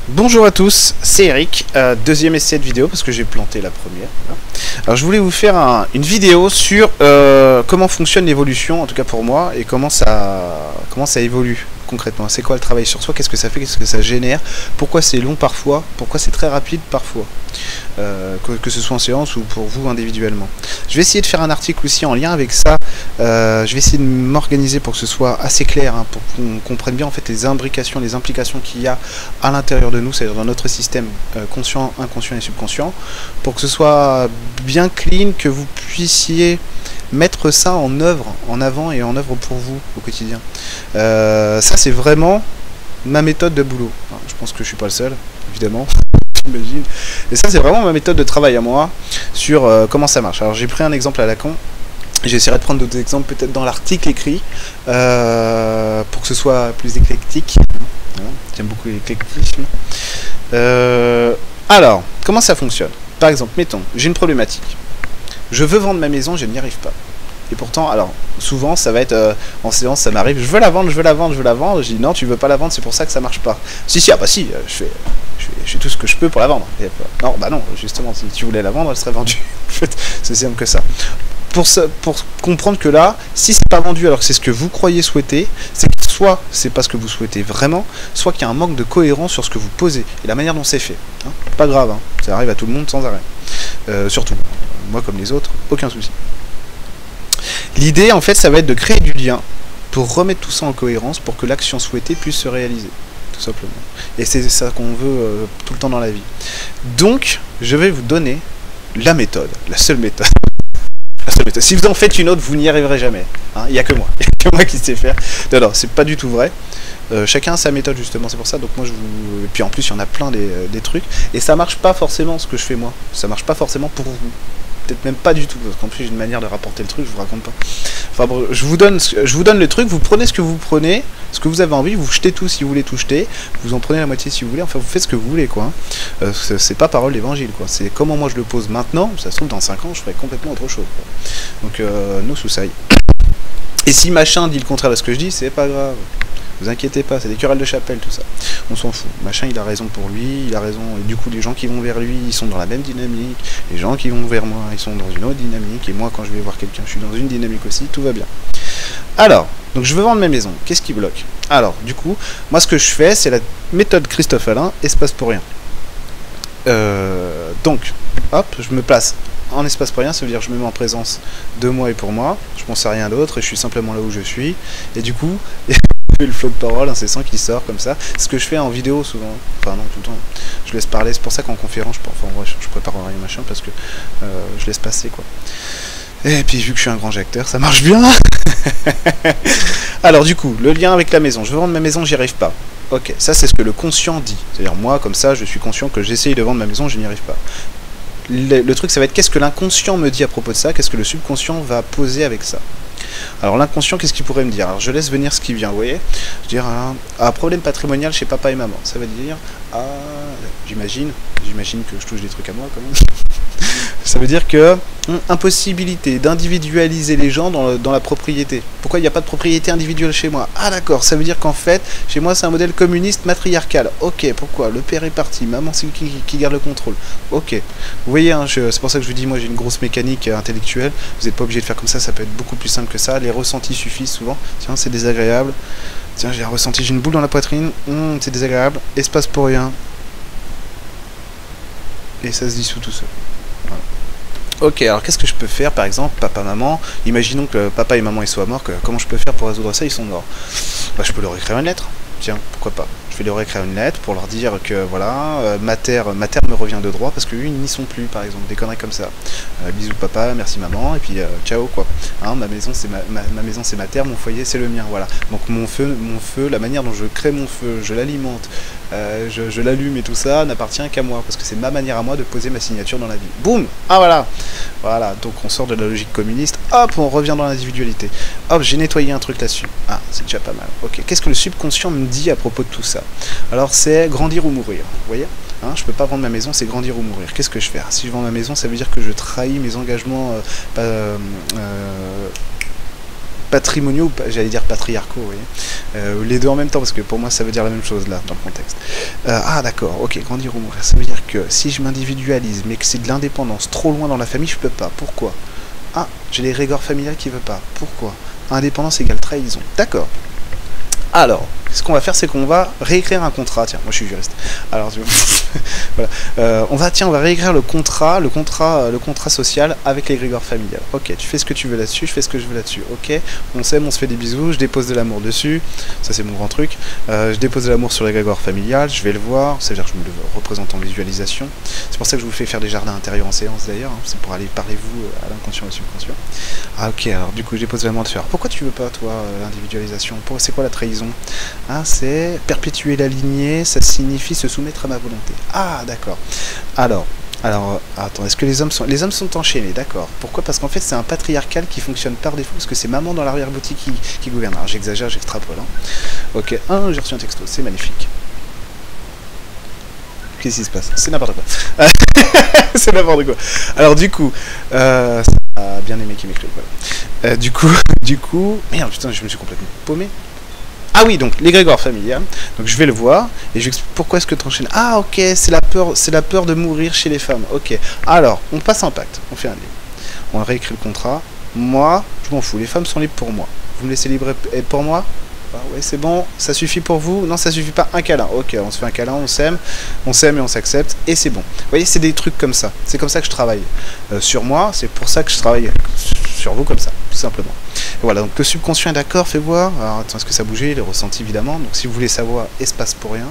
Bonjour à tous, c'est Eric, deuxième essai de vidéo parce que j'ai planté la première. Voilà. Alors je voulais vous faire une vidéo sur comment fonctionne l'évolution, en tout cas pour moi, et comment ça évolue concrètement. C'est quoi le travail sur soi, qu'est-ce que ça fait, qu'est-ce que ça génère, pourquoi c'est long parfois, pourquoi c'est très rapide parfois, que ce soit en séance ou pour vous individuellement. Je vais essayer de faire un article aussi en lien avec ça. Je vais essayer de m'organiser pour que ce soit assez clair, hein, pour qu'on comprenne bien en fait les imbrications, les implications qu'il y a à l'intérieur de nous, c'est-à-dire dans notre système conscient, inconscient et subconscient, pour que ce soit bien clean, que vous puissiez mettre ça en œuvre, en avant et en œuvre pour vous au quotidien. Ça c'est vraiment ma méthode de boulot. Enfin, je pense que je suis pas le seul, évidemment. J'imagine. Et ça c'est vraiment ma méthode de travail à moi sur comment ça marche. Alors j'ai pris un exemple à la con. J'essaierai de prendre d'autres exemples peut-être dans l'article écrit pour que ce soit plus éclectique. J'aime beaucoup l'éclectisme. Alors, comment ça fonctionne? Par exemple, mettons, j'ai une problématique. Je veux vendre ma maison, je n'y arrive pas. Et pourtant, alors, souvent, ça va être en séance, ça m'arrive, je veux la vendre, je veux la vendre, je veux la vendre. Je dis non, tu veux pas la vendre, c'est pour ça que ça marche pas. Si, ah bah si, je fais tout ce que je peux pour la vendre. Et, non, bah non, justement, si tu voulais la vendre, elle serait vendue. En fait, c'est simple que ça. Pour comprendre que là, si c'est pas vendu alors que c'est ce que vous croyez souhaiter, c'est que soit c'est pas ce que vous souhaitez vraiment, soit qu'il y a un manque de cohérence sur ce que vous posez et la manière dont c'est fait. Hein, pas grave, hein, ça arrive à tout le monde sans arrêt. Surtout, moi comme les autres, aucun souci. L'idée en fait ça va être de créer du lien pour remettre tout ça en cohérence pour que l'action souhaitée puisse se réaliser. Tout simplement. Et c'est ça qu'on veut tout le temps dans la vie. Donc, je vais vous donner la méthode, la seule méthode. Si vous en faites une autre, vous n'y arriverez jamais. Il n'y a que moi. Il n'y a que moi qui sais faire. Non, c'est pas du tout vrai. Chacun a sa méthode justement, c'est pour ça. Donc moi, et puis en plus, il y en a plein des trucs. Et ça marche pas forcément ce que je fais moi. Ça marche pas forcément pour vous. Peut-être même pas du tout. Parce qu'en plus, j'ai une manière de rapporter le truc, je vous raconte pas. Enfin bon, je vous donne le truc, vous prenez ce que vous prenez, ce que vous avez envie, vous jetez tout si vous voulez tout jeter, vous en prenez la moitié si vous voulez, enfin vous faites ce que vous voulez quoi. C'est pas parole d'évangile quoi, c'est comment moi je le pose maintenant, ça se trouve dans 5 ans je ferai complètement autre chose quoi. Donc no suicide. Et si machin dit le contraire de ce que je dis, c'est pas grave. Vous inquiétez pas, c'est des querelles de chapelle tout ça. On s'en fout. Machin, il a raison pour lui, il a raison. Et du coup, les gens qui vont vers lui, ils sont dans la même dynamique. Les gens qui vont vers moi, ils sont dans une autre dynamique. Et moi, quand je vais voir quelqu'un, je suis dans une dynamique aussi, tout va bien. Alors, donc je veux vendre ma maison. Qu'est-ce qui bloque? Alors, du coup, moi, ce que je fais, c'est la méthode Christophe Alain, espace pour rien. Donc, hop, je me place en espace pour rien, ça veut dire que je me mets en présence de moi et pour moi. Je pense à rien d'autre et je suis simplement là où je suis. Et du coup... le flow de parole incessant qui sort comme ça. C'est ce que je fais en vidéo souvent. Enfin non, tout le temps. Je laisse parler. C'est pour ça qu'en conférence, je prépare rien machin parce que je laisse passer quoi. Et puis vu que je suis un grand acteur, ça marche bien. Alors du coup, le lien avec la maison. Je veux vendre ma maison, j'y arrive pas. Ok, ça c'est ce que le conscient dit. C'est-à-dire moi, comme ça, je suis conscient que j'essaye de vendre ma maison, je n'y arrive pas. Le truc, ça va être qu'est-ce que l'inconscient me dit à propos de ça, qu'est-ce que le subconscient va poser avec ça. Alors l'inconscient, qu'est-ce qu'il pourrait me dire? Alors je laisse venir ce qui vient, vous voyez. Je veux dire, un problème patrimonial chez papa et maman. Ça veut dire, j'imagine que je touche des trucs à moi quand même. Ça veut dire que impossibilité d'individualiser les gens dans la propriété. Pourquoi il n'y a pas de propriété individuelle chez moi? Ah d'accord, ça veut dire qu'en fait, chez moi c'est un modèle communiste matriarcal. Ok, pourquoi? Le père est parti, maman c'est qui garde le contrôle. Ok, vous voyez, hein, c'est pour ça que je vous dis, moi j'ai une grosse mécanique intellectuelle. Vous n'êtes pas obligé de faire comme ça peut être beaucoup plus simple que ça. Les ressentis suffisent souvent. Tiens, c'est désagréable. Tiens, j'ai un ressenti, j'ai une boule dans la poitrine. C'est désagréable. Espace pour rien. Et ça se dissout tout seul. Voilà. Ok, alors qu'est-ce que je peux faire, par exemple, papa, maman, imaginons que papa et maman ils soient morts, comment je peux faire pour résoudre ça, ils sont morts. Bah, je peux leur écrire une lettre, tiens, pourquoi pas. Je vais leur écrire une lettre pour leur dire que voilà, ma terre me revient de droit parce qu'eux ils n'y sont plus, par exemple, des conneries comme ça. Bisous papa, merci maman, et puis ciao quoi. Hein, ma maison c'est ma maison c'est ma terre, mon foyer c'est le mien, voilà. Donc mon feu, la manière dont je crée mon feu, je l'alimente, je l'allume et tout ça n'appartient qu'à moi parce que c'est ma manière à moi de poser ma signature dans la vie. Boum, voilà. Donc on sort de la logique communiste, hop, on revient dans l'individualité. Hop, j'ai nettoyé un truc là-dessus. Ah, c'est déjà pas mal. Ok, qu'est-ce que le subconscient me dit à propos de tout ça? Alors c'est grandir ou mourir, vous voyez, hein, je peux pas vendre ma maison, c'est grandir ou mourir. Qu'est-ce que je fais? Si je vends ma maison, ça veut dire que je trahis mes engagements patrimoniaux, j'allais dire patriarcaux, vous voyez. Les deux en même temps, parce que pour moi ça veut dire la même chose là, dans le contexte. Ah d'accord, ok, grandir ou mourir, ça veut dire que si je m'individualise, mais que c'est de l'indépendance trop loin dans la famille, je peux pas. Pourquoi? Ah, j'ai l'égrégore familial qui veut pas. Pourquoi? Indépendance égale trahison. D'accord. Alors, ce qu'on va faire, c'est qu'on va réécrire un contrat. Tiens, moi je suis juriste. Alors, voilà. On va réécrire le contrat social avec l'égrégore familial. Ok, tu fais ce que tu veux là-dessus, je fais ce que je veux là-dessus. Ok, on s'aime, on se fait des bisous, je dépose de l'amour dessus. Ça, c'est mon grand truc. Je dépose de l'amour sur l'égrégore familial, je vais le voir. C'est-à-dire que je me le représente en visualisation. C'est pour ça que je vous fais faire des jardins intérieurs en séance d'ailleurs. Hein. C'est pour aller parlez-vous à l'inconscient et au subconscient. Ah, ok, alors du coup, je dépose de l'amour dessus. Alors, pourquoi tu veux pas, toi, l'individualisation? C'est quoi la trahison? Ah, c'est perpétuer la lignée, ça signifie se soumettre à ma volonté. Ah, d'accord. Alors, attends, est-ce que les hommes sont enchaînés, d'accord. Pourquoi? Parce qu'en fait, c'est un patriarcal qui fonctionne par défaut, parce que c'est maman dans l'arrière-boutique qui gouverne. Alors, j'exagère, j'extrapole. Hein. Ok, j'ai reçu un texto, c'est magnifique. Qu'est-ce qui se passe? C'est n'importe quoi. C'est n'importe quoi. Alors, du coup, ça a bien aimé qui m'écrit, voilà. Du coup, merde, putain, je me suis complètement paumé. Ah oui, donc l'égrégore familial. Donc je vais le voir et je explique pourquoi est-ce que tu enchaînes. Ah ok, c'est la peur de mourir chez les femmes. Ok. Alors, on passe un pacte, on fait un livre. On réécrit le contrat. Moi, je m'en fous, les femmes sont libres pour moi. Vous me laissez libre et pour moi? Ah ouais, c'est bon, ça suffit pour vous? Non, ça suffit pas, un câlin. Ok, on se fait un câlin, on s'aime et on s'accepte et c'est bon. Vous voyez, c'est des trucs comme ça. C'est comme ça que je travaille sur moi, c'est pour ça que je travaille sur vous comme ça, tout simplement. Et voilà, donc le subconscient est d'accord, fais voir. Alors attends, est-ce que ça a bougé? Les ressentis évidemment. Donc si vous voulez savoir, espace pour rien.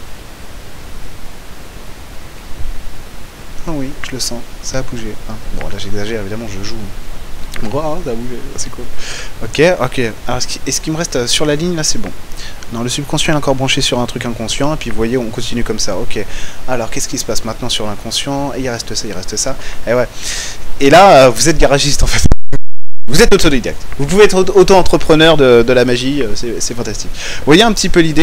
Ah oui, je le sens, ça a bougé. Hein. Bon là j'exagère, évidemment je joue. Wow, ça a bougé, c'est cool. Ok. Alors est-ce qu'il me reste sur la ligne là, c'est bon. Non, le subconscient est encore branché sur un truc inconscient, et puis vous voyez, on continue comme ça. Ok. Alors qu'est-ce qui se passe maintenant sur l'inconscient? Et il reste ça. Et ouais. Et là, vous êtes garagiste en fait. Vous êtes autodidacte. Vous pouvez être auto-entrepreneur de la magie, c'est fantastique. Vous voyez un petit peu l'idée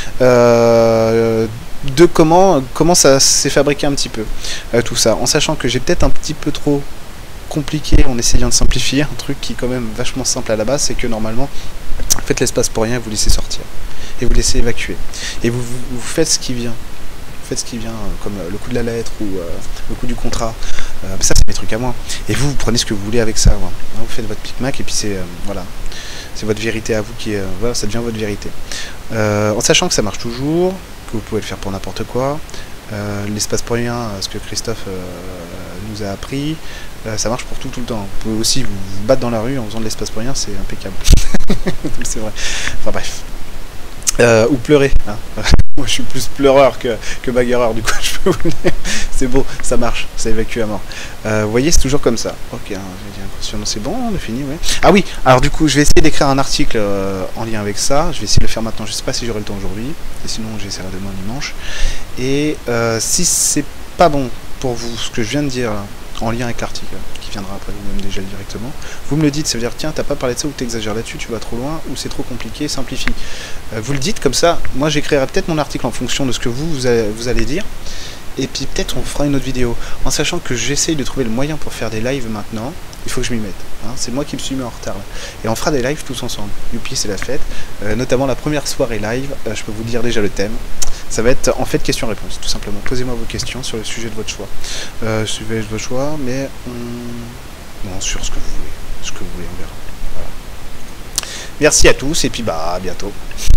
de comment ça s'est fabriqué un petit peu, tout ça, en sachant que j'ai peut-être un petit peu trop compliqué en essayant de simplifier. Un truc qui est quand même vachement simple à la base, c'est que normalement, faites l'espace pour rien, vous laissez sortir. Et vous laissez évacuer. Et vous faites ce qui vient. Faites ce qui vient, comme le coup de la lettre ou le coup du contrat. Ça, c'est mes trucs à moi. Et vous prenez ce que vous voulez avec ça. Voilà. Vous faites votre pic-mac et puis c'est voilà, c'est votre vérité à vous qui est. Voilà, ça devient votre vérité. En sachant que ça marche toujours, que vous pouvez le faire pour n'importe quoi. L'espace pour rien, ce que Christophe nous a appris, ça marche pour tout le temps. Vous pouvez aussi vous battre dans la rue en faisant de l'espace pour rien, c'est impeccable. C'est vrai. Enfin bref. Ou pleurer. Hein. Moi je suis plus pleureur que bagarreur, du coup je peux vous le dire. C'est beau, ça marche, ça évacue à mort. Vous voyez, c'est toujours comme ça. Ok, hein, c'est bon, on est fini, ouais. Ah oui, alors du coup je vais essayer d'écrire un article en lien avec ça. Je vais essayer de le faire maintenant, je sais pas si j'aurai le temps aujourd'hui. Et sinon j'essaierai demain dimanche. Et si c'est pas bon pour vous, ce que je viens de dire là, en lien avec l'article, qui viendra après vous-même déjà directement, vous me le dites, ça veut dire tiens, t'as pas parlé de ça ou t'exagères là-dessus, tu vas trop loin, ou c'est trop compliqué, simplifie. Vous le dites comme ça, moi j'écrirai peut-être mon article en fonction de ce que vous allez dire, et puis peut-être on fera une autre vidéo, en sachant que j'essaye de trouver le moyen pour faire des lives maintenant. Il faut que je m'y mette, hein. C'est moi qui me suis mis en retard là. Et on fera des lives tous ensemble. Youpi, c'est la fête, notamment la première soirée live, je peux vous dire déjà le thème. Ça va être en fait question-réponse, tout simplement. Posez-moi vos questions sur le sujet de votre choix. Sujet de votre choix, mais non, sur ce que vous voulez. Ce que vous voulez, on verra. Voilà. Merci à tous, et puis bah à bientôt.